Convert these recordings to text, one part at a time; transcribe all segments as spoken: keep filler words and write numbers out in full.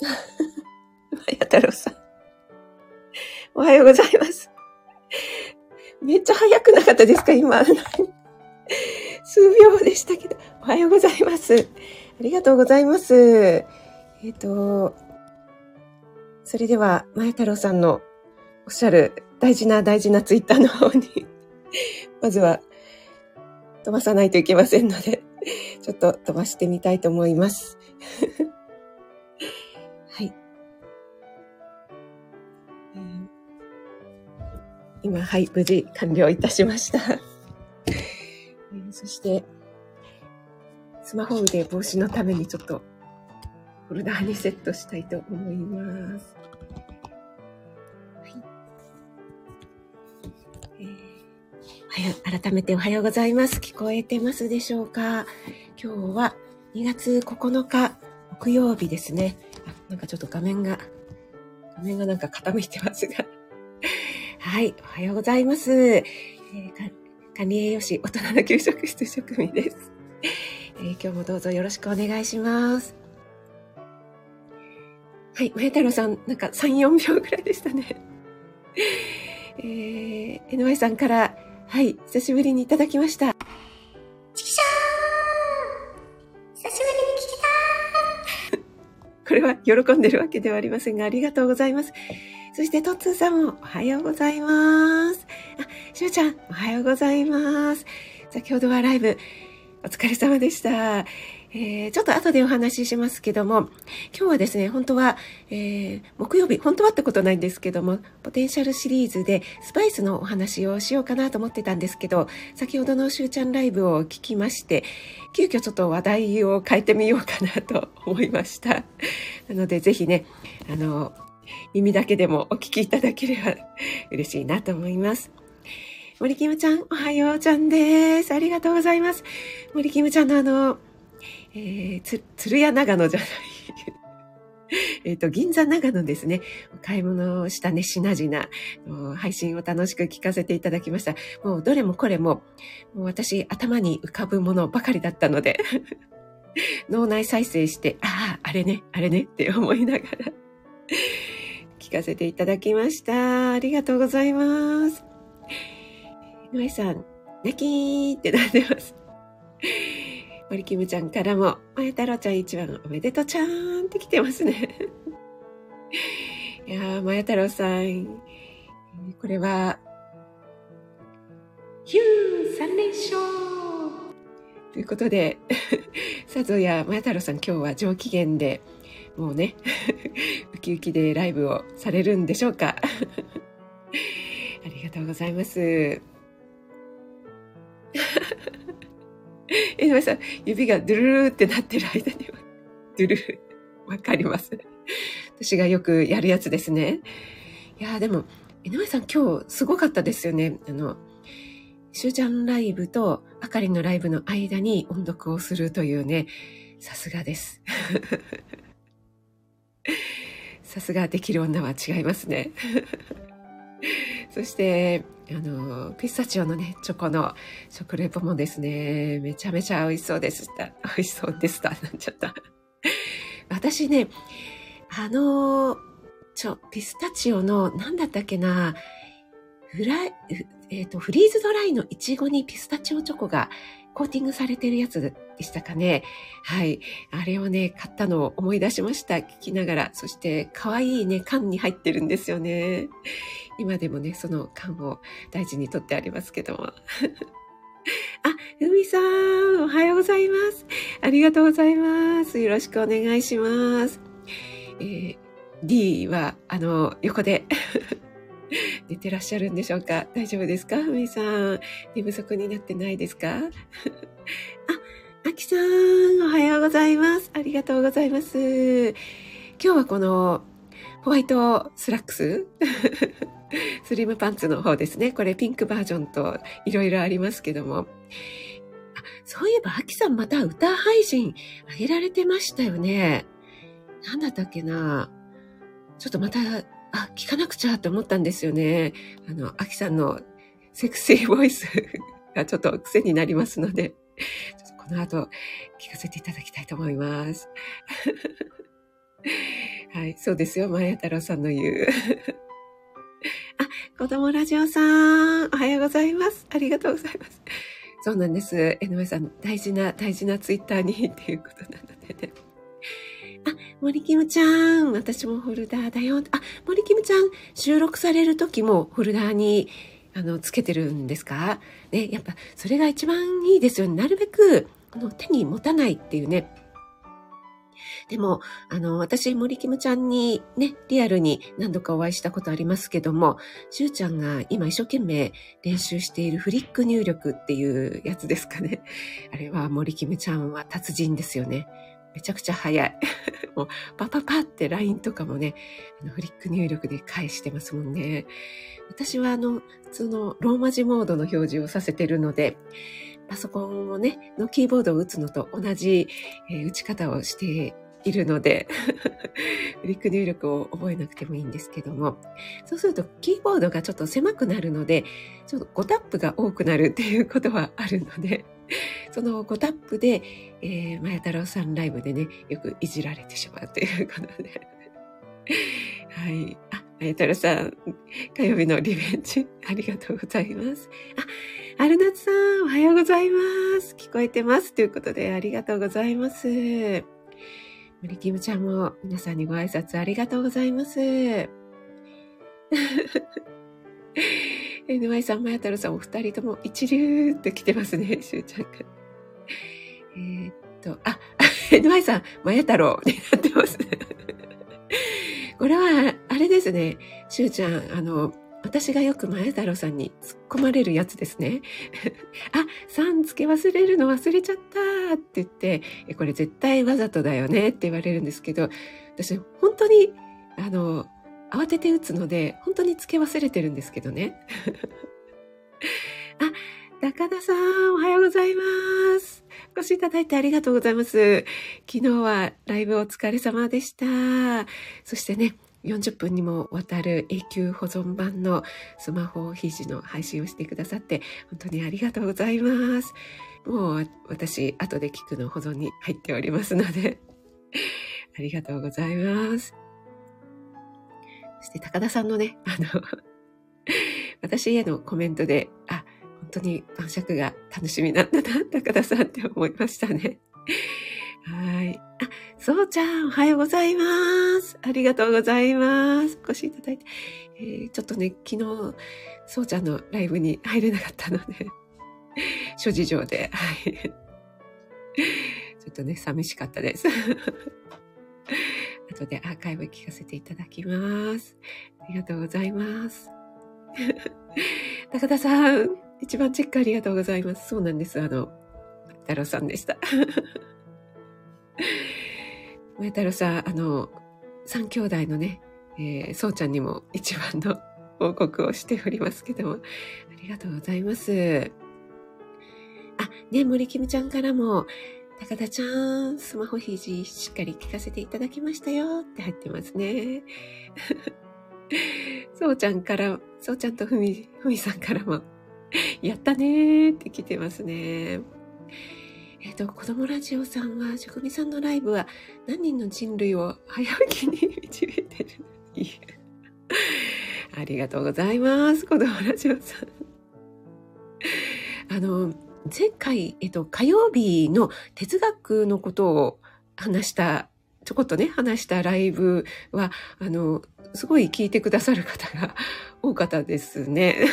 まや太郎さん。おはようございます。めっちゃ早くなかったですか今。数秒でしたけど。おはようございます。ありがとうございます。えっと、それでは、まや太郎さんのおっしゃる大事な大事なツイッターの方に、まずは飛ばさないといけませんので、ちょっと飛ばしてみたいと思います。はい。今、はい、無事完了いたしました。えー、そして、スマホ腕防止のためにちょっとフォルダーにセットしたいと思います。はい。えー、はや、改めておはようございます。聞こえてますでしょうか？今日はにがつここのか木曜日ですね。あ、なんかちょっと画面が、画面がなんか傾いてますが。はい、おはようございます。えー、管理栄養士大人の給食室職務です、えー。今日もどうぞよろしくお願いします。はい、まや太郎さん、なんかさん、よんびょうぐらいでしたね。えー、エヌワイ さんから、はい、久しぶりにいただきました。 チキシャー、久しぶりに聞けた。これは喜んでるわけではありませんが、ありがとうございます。そして、トッツーさんもおはようございます。あ、しゅうちゃん、おはようございます。先ほどはライブ、お疲れ様でした。えー、ちょっと後でお話ししますけども、今日はですね、本当は、えー、木曜日、本当はってことないんですけども、ポテンシャルシリーズでスパイスのお話をしようかなと思ってたんですけど、先ほどのしゅうちゃんライブを聞きまして、急遽ちょっと話題を変えてみようかなと思いました。なので、ぜひね、あの、耳だけでもお聞きいただければ嬉しいなと思います。森キムちゃん、おはようちゃんです。ありがとうございます。森キムちゃんのあの、えー、つ、鶴屋長野じゃない。えっと、銀座長野ですね。お買い物をしたね、品々、配信を楽しく聞かせていただきました。もうどれもこれも、もう私頭に浮かぶものばかりだったので、脳内再生して、ああ、あれね、あれねって思いながら、聞かせていただきました。ありがとうございます。井上さん、泣きーってなってます。森キムちゃんからも、まや太郎ちゃん一番おめでとうちゃーんって来てますね。いやー、まや太郎さん、これは、ヒューさん連勝ということで、さぞやまや太郎さん今日は上機嫌で、もうね、ウキウキでライブをされるんでしょうか。ありがとうございます。えのまさん、指がドゥルルーってなってる間には、ドゥルル、わかります。私がよくやるやつですね。いやーでも、えのまさん今日すごかったですよね。あの、しゅうちゃんライブとあかりのライブの間に音読をするというね、さすがです。さすができる女は違いますね。そして、あの、ピスタチオのね、チョコの食レポもですね、めちゃめちゃ美味しそうでした。美味しそうでした。なんちゃった。私ね、あの、ちょ、ピスタチオの、なんだったっけな、フライ、えっと、フリーズドライのイチゴにピスタチオチョコがコーティングされてるやつでしたかね。はい。あれをね、買ったのを思い出しました。聞きながら。そして、可愛いね、缶に入ってるんですよね。今でもね、その缶を大事に取ってありますけども。あ、ふみさん、おはようございます。ありがとうございます。よろしくお願いします。えー、D は、あの、横で寝てらっしゃるんでしょうか？大丈夫ですか？ふみさん、寝不足になってないですか？あ、あきさん、おはようございます。ありがとうございます。今日はこの、ホワイトスラックススリムパンツの方ですね。これピンクバージョンといろいろありますけども。あ、そういえば、あきさんまた歌配信あげられてましたよね。なんだったっけな。ちょっとまた、あ、聞かなくちゃと思ったんですよね。あの、あきさんのセクシーボイスがちょっと癖になりますので、ちょっとこの後聞かせていただきたいと思います。 はい、そうですよ。まや太郎さんの言う。あ、子供ラジオさん、おはようございます。ありがとうございます。そうなんです。江上さん、大事な、大事なツイッターにっていうことなのでね。あ、森キムちゃん、私もホルダーだよ。あ、森キムちゃん、収録される時もホルダーに、あの、つけてるんですかね、やっぱ、それが一番いいですよね。なるべく、あの、手に持たないっていうね。でも、あの、私、森キムちゃんにね、リアルに何度かお会いしたことありますけども、しゅうちゃんが今一生懸命練習しているフリック入力っていうやつですかね。あれは森キムちゃんは達人ですよね。めちゃくちゃ早い。もうパパパって ライン とかもね、あのフリック入力で返してますもんね。私はあの、普通のローマ字モードの表示をさせてるので、パソコンをね、のキーボードを打つのと同じ、えー打ち方をしているので、フリック入力を覚えなくてもいいんですけども、そうするとキーボードがちょっと狭くなるので、ちょっとごタップが多くなるっていうことはあるので、そのごタップで、えー、まや太郎さんライブでね、よくいじられてしまうということで。はい。あ、まや太郎さん、火曜日のリベンジ、ありがとうございます。あ、アルナツさん、おはようございます。聞こえてます。ということで、ありがとうございます。森キムちゃんも皆さんにご挨拶ありがとうございます。エヌワイ さん、まや太郎さん、お二人とも一流って来てますね、しゅうちゃんが。えー、っと、あ、エヌワイ さん、まや太郎になってますね。これは、あれですね、しゅうちゃん、あの、私がよくまや太郎さんに突っ込まれるやつですね。あ、さん付け忘れるの忘れちゃったって言って、これ絶対わざとだよねって言われるんですけど、私本当に、あの、慌てて打つので、本当に付け忘れてるんですけどね。あ、高田さん、おはようございます。お越しいただいてありがとうございます。昨日はライブお疲れ様でした。そしてね、よんじゅっぷんにもわたる永久保存版のスマホ肘の配信をしてくださって本当にありがとうございます。もう私後で聞くの保存に入っておりますのでありがとうございます。そして高田さんのね、あの私へのコメントで、あ、本当に晩酌が楽しみなんだな、高田さんって思いましたね。はい。あ、そうちゃん、おはようございます。ありがとうございます。お越しいただいて。えー、ちょっとね、昨日、そうちゃんのライブに入れなかったので、諸事情で、はい。ちょっとね、寂しかったです。後でアーカイブ聞かせていただきます。ありがとうございます。高田さん、一番チェックありがとうございます。そうなんです。あの、太郎さんでした。まや太郎さん、あの、三兄弟のね、えー、そうちゃんにも一番の報告をしておりますけども、ありがとうございます。あ、ね、森キムちゃんからも、高田ちゃん、スマホ肘しっかり聞かせていただきましたよって入ってますね。そうちゃんから、そうちゃんとふみ、ふみさんからも、やったねーって来てますね。えっと、子供ラジオさんは、しゅくみさんのライブは何人の人類を早起きに導いてるいいありがとうございます、子供ラジオさん。あの、前回、えっと、火曜日の哲学のことを話した、ちょこっとね、話したライブは、あの、すごい聞いてくださる方が多かったですね。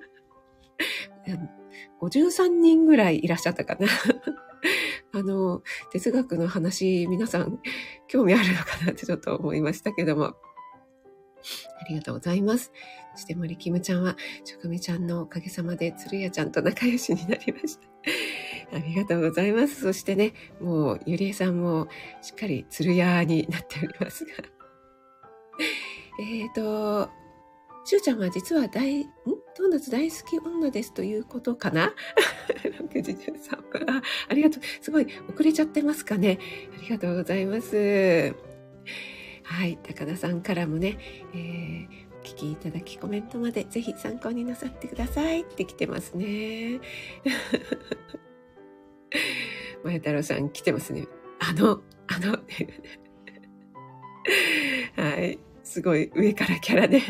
ごじゅうさんにんぐらいいらっしゃったかな。あの、哲学の話、皆さん興味あるのかなってちょっと思いましたけども。ありがとうございます。そして森キムちゃんは、しょくみちゃんのおかげさまで、つるやちゃんと仲良しになりました。ありがとうございます。そしてね、もう、ゆりえさんもしっかりつるやになっておりますが。えっと、しゅうちゃんは実は大、んドーナツ大好き女ですということかなろくじじゅうさんぷん。あ、ありがとう。すごい遅れちゃってますかね。ありがとうございます。はい。高田さんからもね、えー、お聞きいただきコメントまでぜひ参考になさってくださいって来てますね。まや太郎さん来てますね。あの、あの、 はい。すごい上からキャラで。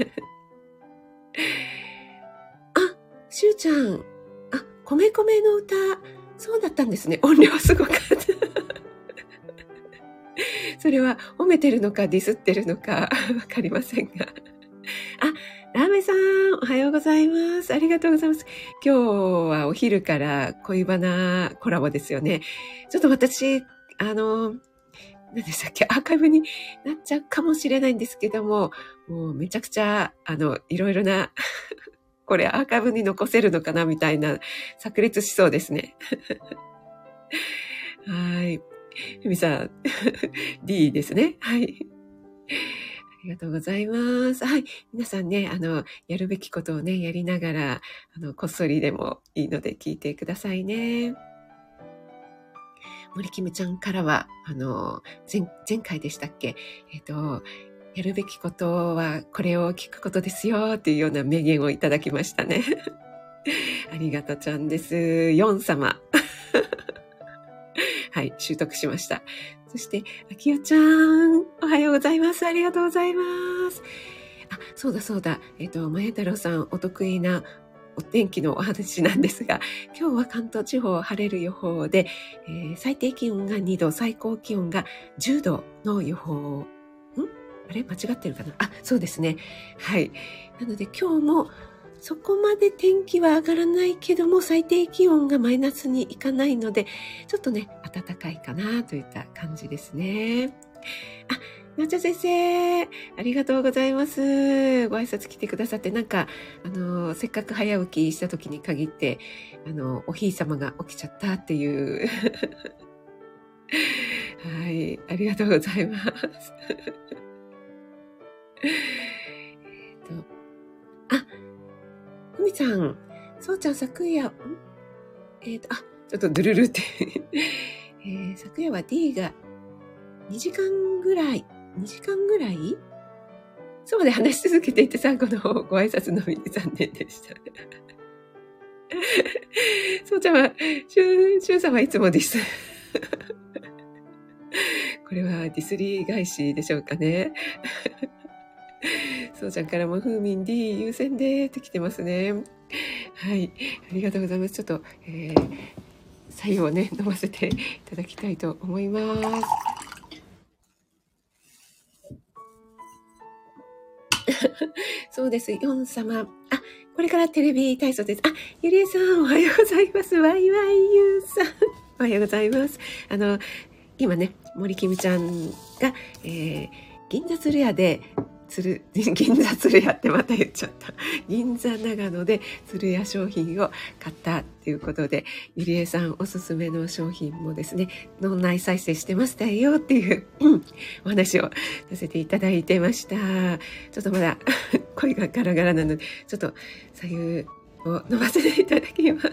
あ、しゅうちゃん。あ、米米の歌。そうだったんですね。音量すごかった。それは褒めてるのかディスってるのかわかりませんが。あ、ラーメンさん、おはようございます。ありがとうございます。今日はお昼から恋バナコラボですよね。ちょっと私、あの、何でしたっけ、アーカイブになっちゃうかもしれないんですけども、もうめちゃくちゃ、あの、いろいろな、これアーカイブに残せるのかなみたいな、炸裂しそうですね。はい。ふみさん、D ですね。はい。ありがとうございます。はい。皆さんね、あの、やるべきことをね、やりながら、あの、こっそりでもいいので聞いてくださいね。森キムちゃんからは、あの、前、前回でしたっけ、えっと、やるべきことはこれを聞くことですよっていうような名言をいただきましたね。ありがとちゃんです。ヨン様。はい、習得しました。そして、あきよちゃん、おはようございます。ありがとうございます。あ、そうだそうだ。えっと、まや太郎さん、お得意なお天気のお話なんですが、今日は関東地方晴れる予報で、えー、最低気温がにど、最高気温がじゅうどの予報。んあれ間違ってるかなあ、そうですね。はい。なので今日もそこまで天気は上がらないけども、最低気温がマイナスにいかないので、ちょっとね、暖かいかなといった感じですね。あ、なちゃ先生、ありがとうございます。ご挨拶来てくださって、なんか、あの、せっかく早起きした時に限って、あの、おひいさまが起きちゃったっていう。はい、ありがとうございます。えっと、あ、ふみちゃん、そうちゃん昨夜、んえっと、あ、ちょっとドゥルルって、えー、昨夜は D がにじかんぐらい、にじかんぐらいそうで話し続けていて最後のご挨拶のみで残念でした。そうちゃんは、シュー、シューさんはいつもです。これはディスリー返しでしょうかね。そうちゃんからも、ふーみん D 優先でって来てますね。はい。ありがとうございます。ちょっと、えー、白湯をね、飲ませていただきたいと思います。そうです。ヨン様。あ、これからテレビ体操です。あ、ゆりえさん、おはようございます。ワイワイユーさん。おはようございます。あの、今ね、森キムちゃんが、えー、銀座鶴屋で、鶴、銀座鶴屋ってまた言っちゃった。銀座長野で鶴屋商品を買ったっていうことで、ゆりえさんおすすめの商品もですね、脳内再生してましたよっていう、うん、お話をさせていただいてました。ちょっとまだ声がガラガラなので、ちょっと左右を伸ばせていただきます。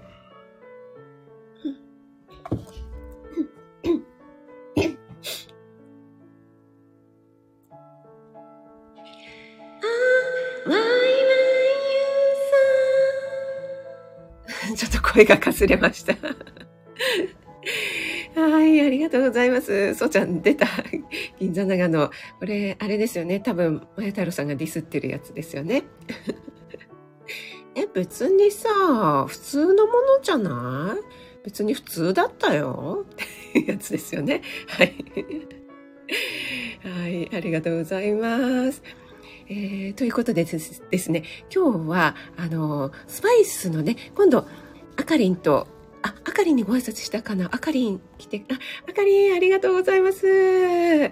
ちょっと声がかすれました。はい、ありがとうございます。そうちゃん出た。銀座長野。これ、あれですよね。多分、まや太郎さんがディスってるやつですよね。え、別にさ、普通のものじゃない？別に普通だったよ。っていうやつですよね。はい。はい、ありがとうございます。えー、ということでですですね、今日は、あの、スパイスのね、今度、あかりんと、あ、あかりんにご挨拶したかなあかりん来て、あ、あかりんありがとうございます。はい、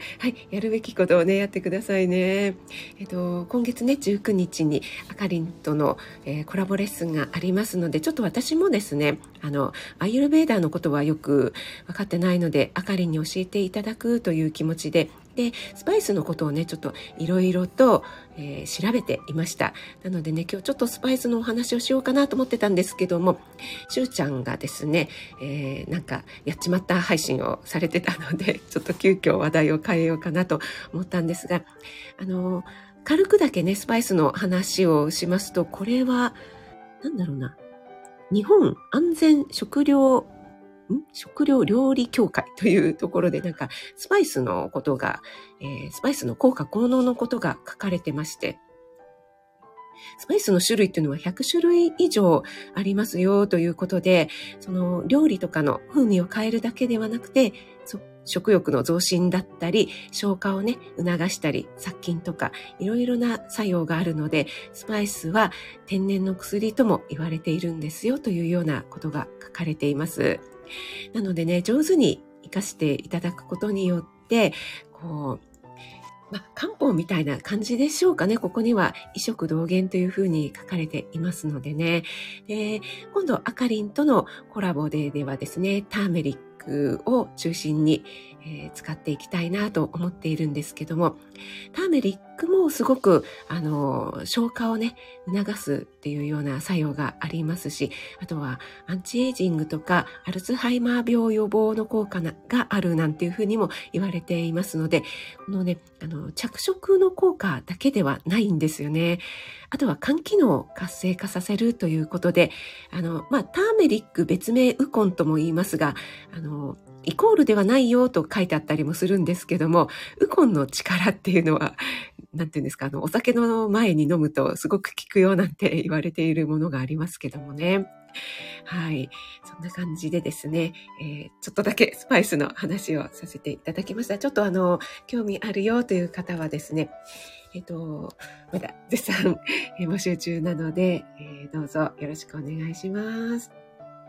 やるべきことをね、やってくださいね。えっと、今月ね、じゅうくにちにあかりんとの、えー、コラボレッスンがありますので、ちょっと私もですね、あの、アーユルヴェーダーのことはよく分かってないので、あかりんに教えていただくという気持ちで、で、スパイスのことをね、ちょっといろいろと、えー、調べていました。なのでね、今日ちょっとスパイスのお話をしようかなと思ってたんですけども、しゅうちゃんがですね、えー、なんかやっちまった配信をされてたので、ちょっと急遽話題を変えようかなと思ったんですが、あの、軽くだけね、スパイスの話をしますと、これは、なんだろうな、日本安全食料食料料理協会というところでなんかスパイスのことが、えー、スパイスの効果効能のことが書かれてまして、スパイスの種類っていうのはひゃくしゅるい以上ありますよということで、その料理とかの風味を変えるだけではなくて、食欲の増進だったり、消化をね、促したり、殺菌とか、いろいろな作用があるので、スパイスは天然の薬とも言われているんですよというようなことが書かれています。なのでね、上手に活かしていただくことによって、こう、まあ、漢方みたいな感じでしょうかね。ここには医食同源というふうに書かれていますのでね。で、今度アカリンとのコラボでではですね、ターメリックを中心に、えー、使っていきたいなと思っているんですけども、ターメリックもすごくあの消化をね促すっていうような作用がありますし、あとはアンチエイジングとかアルツハイマー病予防の効果があるなんていうふうにも言われていますので、このねあの着色の効果だけではないんですよね。あとは肝機能を活性化させるということで、あのまあターメリック別名ウコンとも言いますが、あのイコールではないよと書いてあったりもするんですけども、ウコンの力っていうのは、なんていうんですか、あの、お酒の前に飲むとすごく効くよなんて言われているものがありますけどもね。はい。そんな感じでですね、えー、ちょっとだけスパイスの話をさせていただきました。ちょっとあの、興味あるよという方はですね、えっと、まだ絶賛募集中なので、えー、どうぞよろしくお願いします。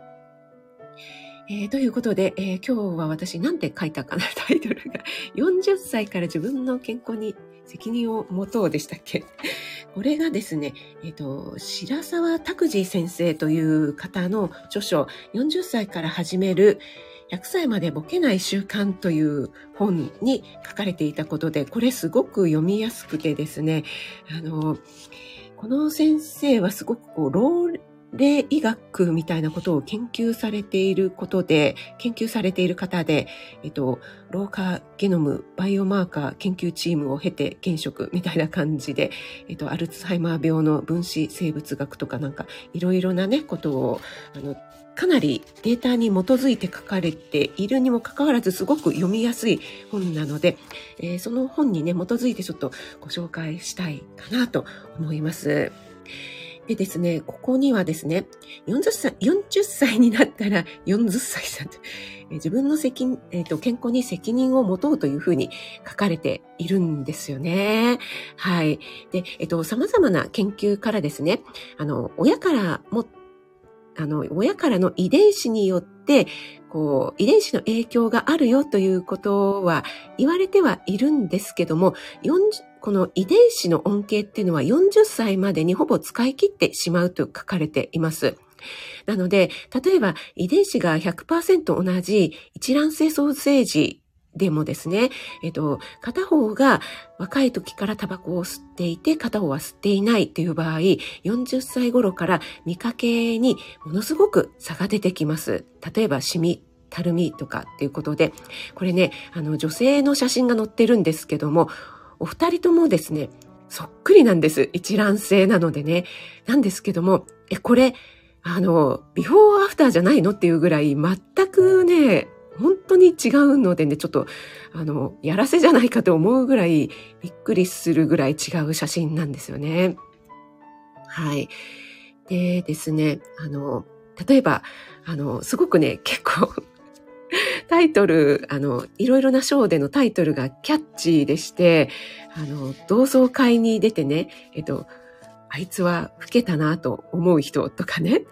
えー、ということで、えー、今日は私なんて書いたかな、タイトルが。よんじゅっさいから自分の健康に責任を持とうでしたっけ。これがですね、えっと、白沢拓司先生という方の著書、よんじゅっさいから始めるひゃくさいまでボケない習慣という本に書かれていたことで、これすごく読みやすくてですね、あの、この先生はすごくこう、老霊医学みたいなことを研究されていることで、研究されている方で、えっと、老化ゲノムバイオマーカー研究チームを経て現職みたいな感じで、えっと、アルツハイマー病の分子生物学とかなんかいろいろなね、ことを、あの、かなりデータに基づいて書かれているにもかかわらずすごく読みやすい本なので、えー、その本にね、基づいてちょっとご紹介したいかなと思います。でですね、ここにはですね、よんじゅっさい、よんじゅっさいになったらよんじゅっさいさんって、自分の責任、えっと、健康に責任を持とうというふうに書かれているんですよね。はい。で、えっと、様々な研究からですね、あの、親からも、あの、親からの遺伝子によって、こう、遺伝子の影響があるよということは言われてはいるんですけども、よんじゅうこの遺伝子の恩恵っていうのはよんじゅっさいまでにほぼ使い切ってしまうと書かれています。なので、例えば遺伝子が ひゃくパーセント 同じ一卵性双生児でもですね、えっと、片方が若い時からタバコを吸っていて、片方は吸っていないという場合、よんじゅっさい頃から見かけにものすごく差が出てきます。例えばシミ、たるみとかっていうことで、これね、あの、女性の写真が載ってるんですけども、お二人ともですね、そっくりなんです。一卵性なのでね。なんですけども、え、これ、あの、ビフォーアフターじゃないのっていうぐらい、全くね、本当に違うのでね、ちょっと、あの、やらせじゃないかと思うぐらい、びっくりするぐらい違う写真なんですよね。はい。でですね、あの、例えば、あの、すごくね、結構、タイトル、あの、いろいろなショーでのタイトルがキャッチーでして、あの、同窓会に出てね、えっと、あいつは老けたなと思う人とかね。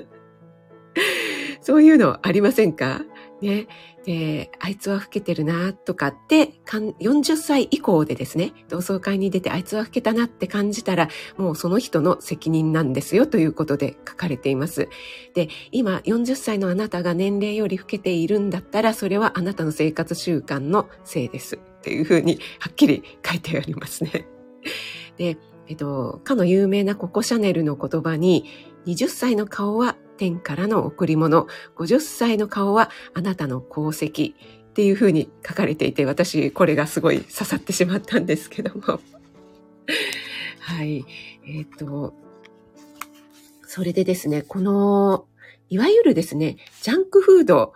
そういうのありませんかね。で、あいつは老けてるなとかって、よんじゅっさい以降でですね、同窓会に出てあいつは老けたなって感じたら、もうその人の責任なんですよということで書かれています。で、今よんじゅっさいのあなたが年齢より老けているんだったら、それはあなたの生活習慣のせいですっていうふうにはっきり書いてありますね。で、えっと、かの有名なココシャネルの言葉に、はたちの顔は天からの贈り物、ごじゅっさいの顔はあなたの功績っていうふうに書かれていて、私これがすごい刺さってしまったんですけども。はい。えっと、それでですね、この、いわゆるですね、ジャンクフード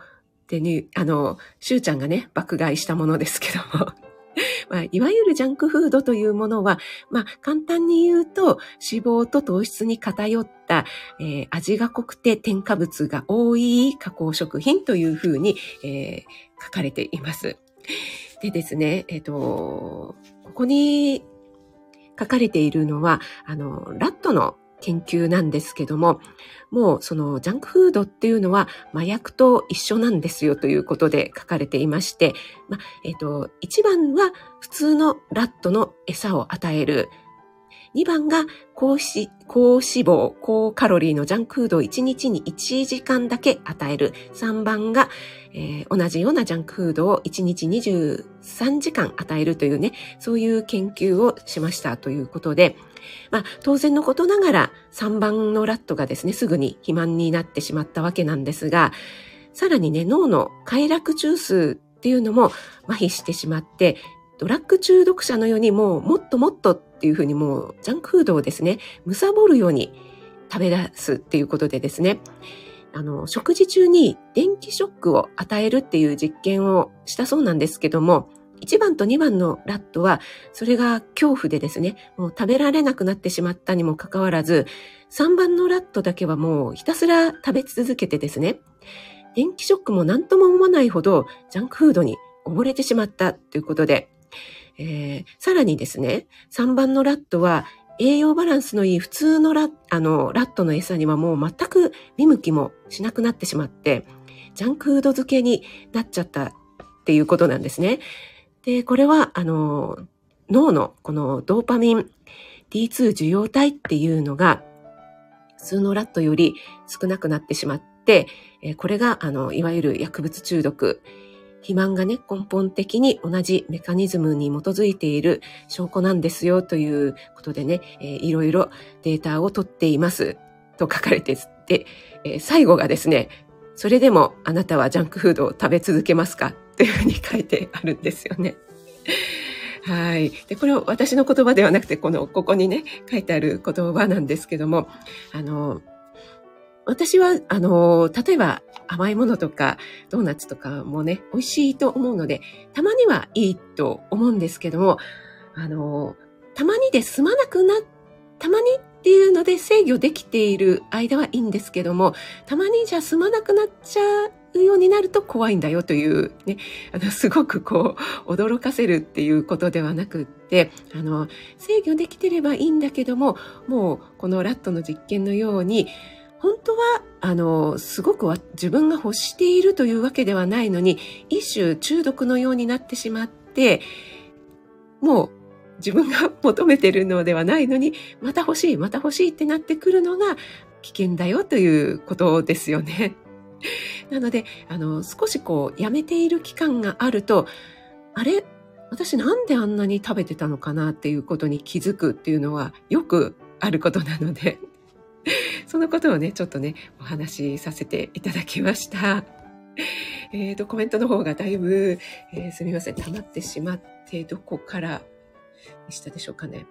でね、あの、しゅうちゃんがね、爆買いしたものですけども。まあ、いわゆるジャンクフードというものは、まあ、簡単に言うと、脂肪と糖質に偏った、えー、味が濃くて添加物が多い加工食品というふうに、えー、書かれています。でですね、えっと、ここに書かれているのは、あの、ラットの研究なんですけども、もうそのジャンクフードっていうのは麻薬と一緒なんですよということで書かれていまして、まあ、えっと、いちばんは普通のラットの餌を与える。にばんが高脂、高脂肪、高カロリーのジャンクフードをいちにちにいちじかんだけ与える。さんばんが、えー、同じようなジャンクフードをいちにちにじゅうさんじかん与えるというね、そういう研究をしましたということで、まあ、当然のことながらさんばんのラットがですね、すぐに肥満になってしまったわけなんですが、さらにね、脳の快楽中枢っていうのも麻痺してしまって、ドラッグ中毒者のようにもうもっともっとっていうふうにもうジャンクフードをですね、貪るように食べ出すっていうことでですね、あの、食事中に電気ショックを与えるっていう実験をしたそうなんですけども、いちばんとにばんのラットは、それが恐怖でですね、もう食べられなくなってしまったにもかかわらず、さんばんのラットだけはもうひたすら食べ続けてですね、電気ショックも何とも思わないほどジャンクフードに溺れてしまったということで、えー、さらにですね、さんばんのラットは栄養バランスのいい普通のラ、あの、ラットの餌にはもう全く見向きもしなくなってしまって、ジャンクフード漬けになっちゃったっていうことなんですね。で、これは、あの、脳のこのドーパミン ディーツー 受容体っていうのが、普通のラットより少なくなってしまって、これが、あの、いわゆる薬物中毒、肥満がね、根本的に同じメカニズムに基づいている証拠なんですよということでね、えー、いろいろデータを取っていますと書かれてて、えー、最後がですね、それでもあなたはジャンクフードを食べ続けますかというふうに書いてあるんですよね。はい。で、これは私の言葉ではなくて、この、ここにね、書いてある言葉なんですけども、あの、私は、あの、例えば甘いものとかドーナツとかもね、美味しいと思うので、たまにはいいと思うんですけども、あの、たまにで済まなくな、たまにっていうので制御できている間はいいんですけども、たまにじゃ済まなくなっちゃうようになると怖いんだよというね、あの、すごくこう、驚かせるっていうことではなくって、あの、制御できてればいいんだけども、もうこのラットの実験のように、本当は、あの、すごくは自分が欲しているというわけではないのに、一種中毒のようになってしまって、もう自分が求めているのではないのに、また欲しい、また欲しいってなってくるのが危険だよということですよね。なので、あの、少しこう、やめている期間があると、あれ、私なんであんなに食べてたのかなっていうことに気づくっていうのはよくあることなので、そのことをね、ちょっとね、お話しさせていただきました。えっと、コメントの方がだいぶ、えー、すみません、溜まってしまって、どこからでしたでしょうかね。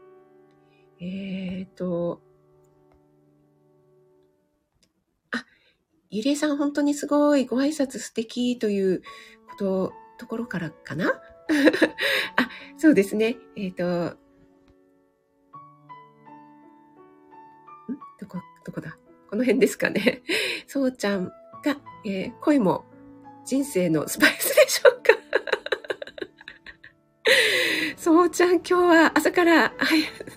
えっと、あ、ゆりえさん本当にすごい、ご挨拶素敵ということ、ところからかなあ、そうですね。えっと、んどこ、どこだこの辺ですかね。そうちゃんが、えー、恋も人生のスパイスでしょうか。そうちゃん、今日は朝から、はい、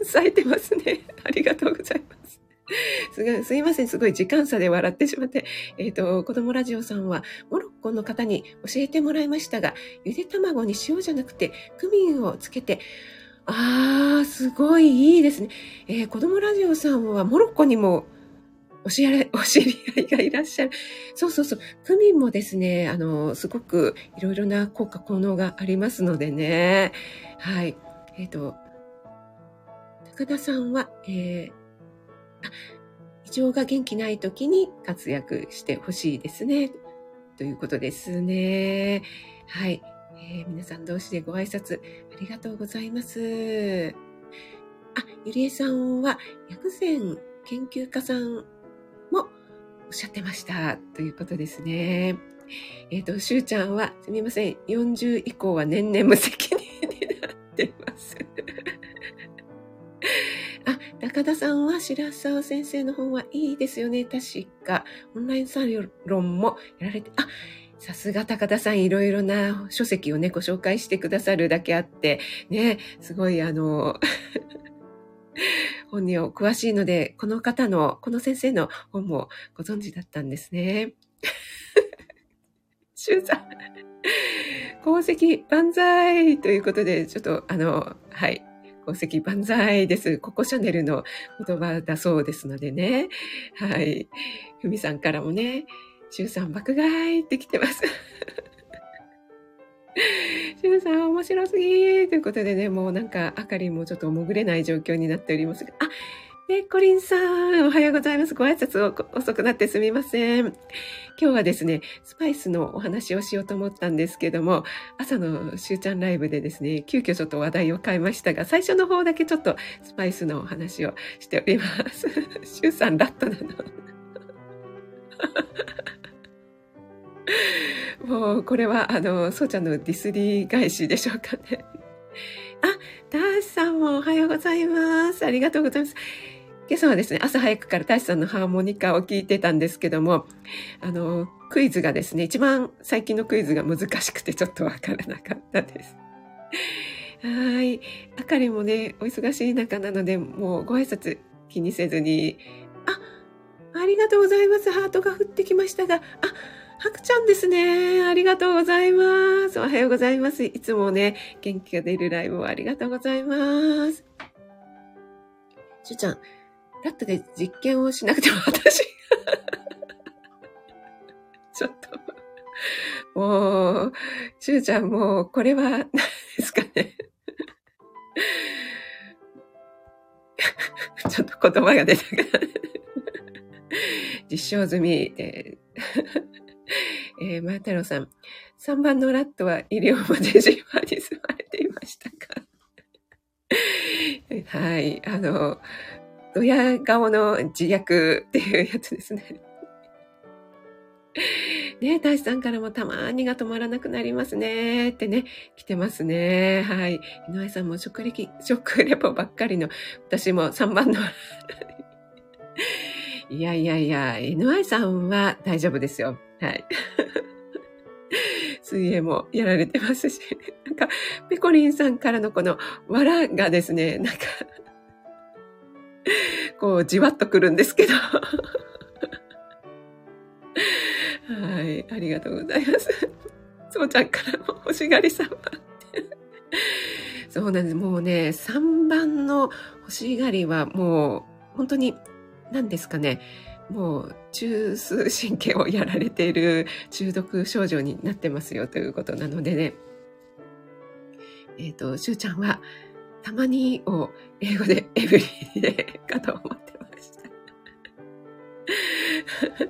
咲いてますね。ありがとうございます。すごい、すいません。すごい時間差で笑ってしまって。えっと、子供ラジオさんは、モロッコの方に教えてもらいましたが、ゆで卵に塩じゃなくて、クミンをつけて、あー、すごいいいですね。えー、子供ラジオさんはモロッコにもお知り合い、お知り合いがいらっしゃる。そうそうそう。クミンもですね、あの、すごくいろいろな効果効能がありますのでね。はい。えっと、高田さんは、えー、あ、胃腸が元気ない時に活躍してほしいですね。ということですね。はい。えー、皆さん同士でご挨拶ありがとうございます。あ、ゆりえさんは薬膳研究家さんもおっしゃってましたということですね。 えっ、と、しゅうちゃんは、すみません、よんじゅう以降は年々無責任になっています。あ、高田さんは白沢先生の本はいいですよね。確か、オンラインサロンもやられて、あ、さすが高田さん、いろいろな書籍をね、ご紹介してくださるだけあって、ね、すごいあの、本にお詳しいので、この方の、この先生の本もご存知だったんですね。しゅうさん、功績万歳ということで、ちょっとあの、はい、功績万歳です。ココシャネルの言葉だそうですのでね。はい。ふみさんからもね、しゅうさん爆買いって来てます。しゅうさん面白すぎということでね、もうなんかあかりもちょっと潜れない状況になっておりますが、あ、で、コリンさん、おはようございます。ご挨拶を遅くなってすみません。今日はですね、スパイスのお話をしようと思ったんですけども、朝のしゅうちゃんライブでですね、急遽ちょっと話題を変えましたが、最初の方だけちょっとスパイスのお話をしております。しゅうさん、ラットなの。もう、これは、あの、そうちゃんのディスリー返しでしょうかね。あ、ダーシさんもおはようございます。ありがとうございます。今朝はですね、朝早くから大志さんのハーモニカを聞いてたんですけども、あの、クイズがですね、一番最近のクイズが難しくてちょっとわからなかったです。はい。あかりもね、お忙しい中なので、もうご挨拶気にせずに、あ、ありがとうございます。ハートが降ってきましたが、あ、はくちゃんですね。ありがとうございます。おはようございます。いつもね、元気が出るライブをありがとうございます。しゅうちゃん、ラットで実験をしなくても私ちょっともうしゅうちゃんもうこれは何ですかねちょっと言葉が出たから実証済みでえー、マー太郎さんさんばんのラットは医療までじんわり吸われていましたかはい、あのドヤ顔の自虐っていうやつですね。ね、大志さんからもたまにが止まらなくなりますねってね、来てますね。はい。井上さんも食歴、食レポばっかりの、私もさんばんの。いやいやいや、井上さんは大丈夫ですよ。はい。水泳もやられてますし、なんか、ペコリンさんからのこの笑がですね、なんか、こう、じわっとくるんですけど。はい、ありがとうございます。そうちゃんからも欲しがりさんばんって。そうなんです。もうね、さんばんの欲しがりはもう、本当に、何ですかね。もう、中枢神経をやられている中毒症状になってますよということなのでね。えっと、しゅうちゃんは、たまにを英語でエブリデイかと思ってました。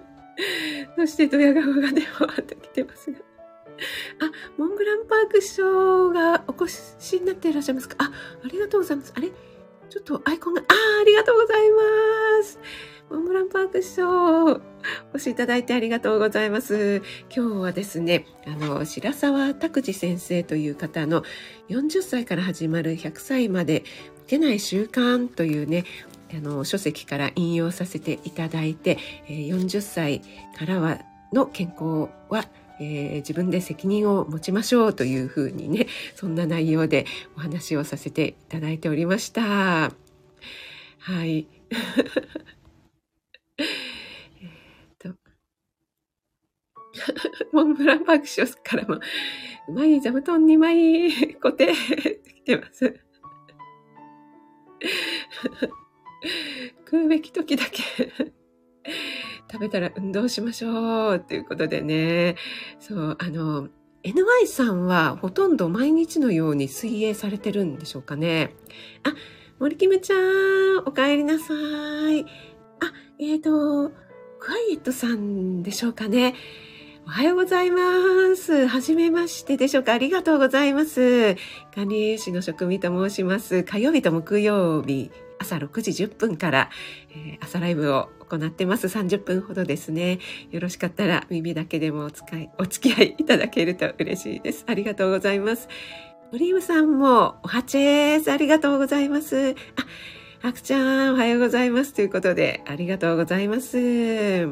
そしてドヤ顔がね、わーっと来てますが。あ、モンブランパーク師匠がお越しになっていらっしゃいますか。あ、ありがとうございます。あれちょっとアイコンが、あ、ありがとうございます。モンブランパーク師匠、お越しいただいてありがとうございます。今日はですね、あの、白沢拓司先生という方のよんじゅっさいから始まるひゃくさいまで老けない習慣というね、あの書籍から引用させていただいて、よんじゅっさいからはの健康は、えー、自分で責任を持ちましょうというふうにね、そんな内容でお話をさせていただいておりました。はい。えっとモンブランパークショスからもうまい座布団にまい固定来てます。食うべき時だけ食べたら運動しましょうということでね。そう、あの、エヌワイ さんはほとんど毎日のように水泳されてるんでしょうかね。あ、森キムちゃん、お帰りなさい。あ、えっと、クワイエットさんでしょうかね。おはようございます。はじめましてでしょうか。ありがとうございます。管理栄養士の職味と申します。火曜日と木曜日朝ろくじじゅっぷんから、えー、朝ライブを行ってます。さんじゅっぷんほどですね。よろしかったら耳だけでもお使い、お付き合いいただけると嬉しいです。ありがとうございます。オリーブさんもおはちです。ありがとうございます。あ、あくちゃんおはようございます。ということで、ありがとうございます。はい。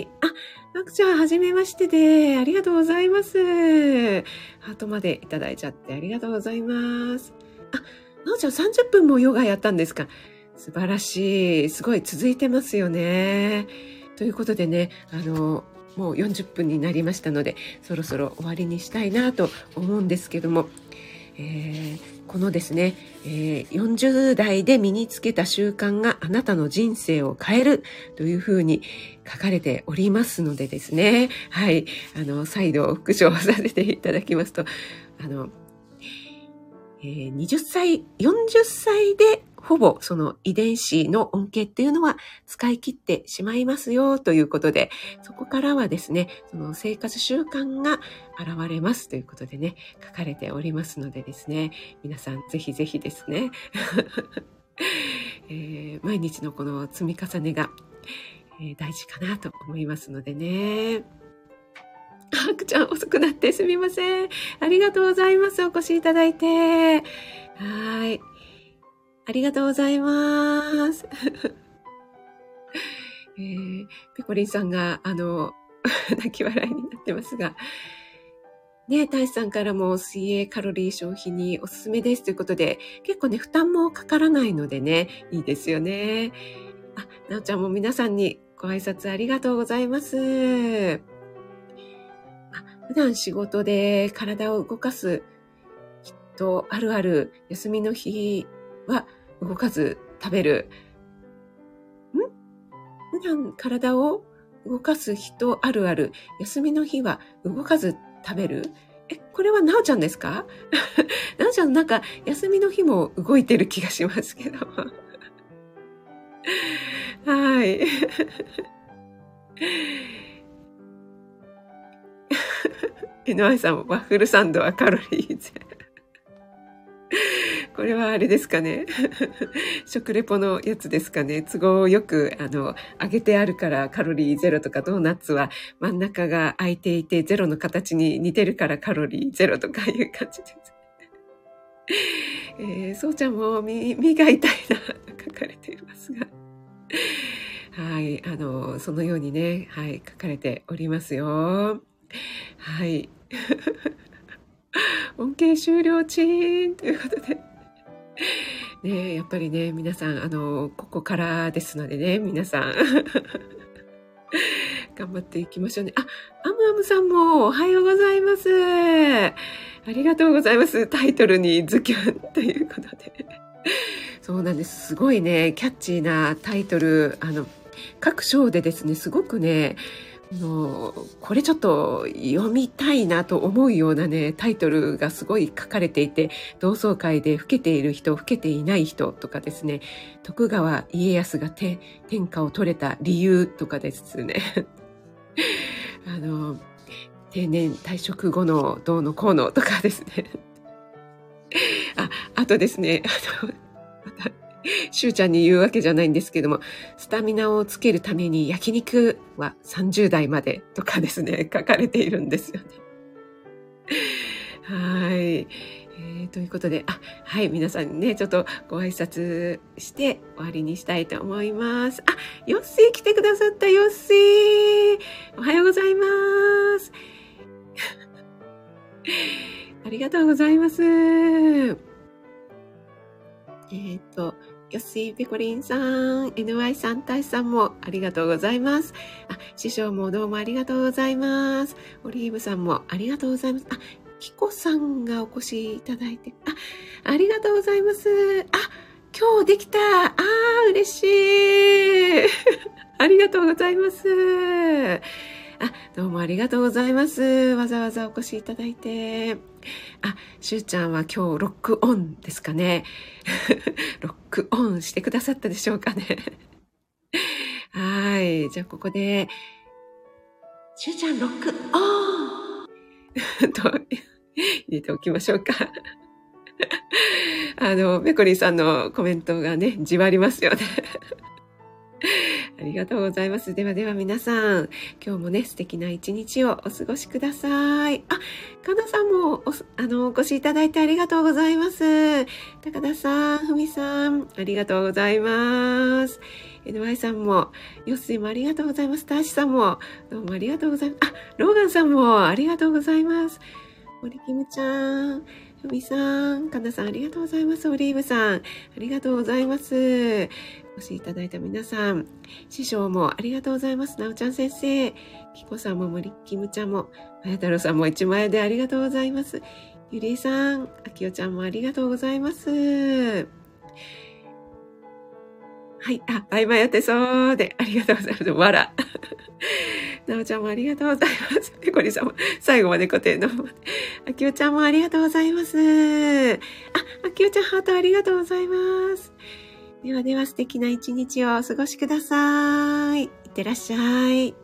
あ、あくちゃんはじめましてで、ありがとうございます。ハートまでいただいちゃってありがとうございます。あ、なおちゃんさんじゅっぷんもヨガやったんですか？素晴らしい。すごい続いてますよね。ということでね、あの、もうよんじゅっぷんになりましたので、そろそろ終わりにしたいなと思うんですけども、えー、このですね、えー、よんじゅう代で身につけた習慣があなたの人生を変えるというふうに書かれておりますのでですね、はい、あの、再度復唱させていただきますと、あの、えー、にじゅっさい、よんじゅっさいでほぼその遺伝子の恩恵っていうのは使い切ってしまいますよということで、そこからはですね、その生活習慣が現れますということでね、書かれておりますのでですね、皆さんぜひぜひですね、えー、毎日のこの積み重ねが、えー、大事かなと思いますのでね。あくちゃん遅くなってすみません。ありがとうございます。お越しいただいて。はい。ありがとうございます。えー、ペコリンさんが、あの、泣き笑いになってますが、ね、大志さんからも水泳カロリー消費におすすめですということで、結構ね、負担もかからないのでね、いいですよね。あ、なおちゃんも皆さんにご挨拶ありがとうございます。普段仕事で体を動かす人あるある、休みの日は動かず食べる。ん？普段体を動かす人あるある、休みの日は動かず食べる。え、これはなおちゃんですか？なおちゃんなんか休みの日も動いてる気がしますけど。はい。エヌワイ さんもワッフルサンドはカロリーゼロ。これはあれですかね。食レポのやつですかね。都合よく、あの、揚げてあるからカロリーゼロとか、ドーナツは真ん中が空いていてゼロの形に似てるからカロリーゼロとかいう感じです。えー、そうちゃんも身、身が痛いなと書かれていますが。はい、あの、そのようにね、はい、書かれておりますよ。はい。恩恵終了チーンということで。ね、やっぱりね、皆さん、あの、ここからですのでね、皆さん。頑張っていきましょうね。あ、アムアムさんもおはようございます。ありがとうございます。タイトルにズキュンということで。そうなんです。すごいね、キャッチーなタイトル、あの、各章でですね、すごくね、のこれちょっと読みたいなと思うようなねタイトルがすごい書かれていて、同窓会で老けている人老けていない人とかですね、徳川家康が天下を取れた理由とかですねあの定年退職後のどうのこうのとかですねああとですねあのしゅうちゃんに言うわけじゃないんですけども、スタミナをつけるために焼肉はさんじゅう代までとかですね、書かれているんですよね。はい、えー。ということで、あ、はい、皆さんにね、ちょっとご挨拶して終わりにしたいと思います。あ、ヨッシー来てくださった、ヨッシー。おはようございます。ありがとうございます。えっと、ヨッシーペコリンさん、エヌワイ さん、タイさんもありがとうございます。あ、師匠もどうもありがとうございます。オリーブさんもありがとうございます。あ、キコさんがお越しいただいて、あ、ありがとうございます。あ、今日できた。あー、嬉しい。ありがとうございます。あ、どうもありがとうございます。わざわざお越しいただいて。あ、しゅうちゃんは今日ロックオンですかね。ロックオンしてくださったでしょうかね。はい。じゃあここで、しゅうちゃんロックオンと入れておきましょうか。 あの、めこりんさんのコメントがね、じわりますよね。ありがとうございます。ではでは皆さん、今日もね、素敵な一日をお過ごしください。あ、かなさんもお、あの、お越しいただいてありがとうございます。高田さん、ふみさん、ありがとうございます。エヌワイ さんも、よっすいもありがとうございます。たーしさんも、どうもありがとうございます。あ、ローガンさんもありがとうございます。森キムちゃん、ふみさん、かなさんありがとうございます。オリーブさん、ありがとうございます。お越しいただいた皆さん、師匠もありがとうございます。なおちゃん先生、きこさんも森キムちゃんも、あやたろうさんも一枚でありがとうございます。ゆりえさん、あきおちゃんもありがとうございます。はい、あ、あいまやってそうで、ありがとうございます。わら。なおちゃんもありがとうございます。ペコリさんも最後まで固定の。あきおちゃんもありがとうございます。あ、あきおちゃんハートありがとうございます。ではでは素敵な一日をお過ごしください。いってらっしゃい。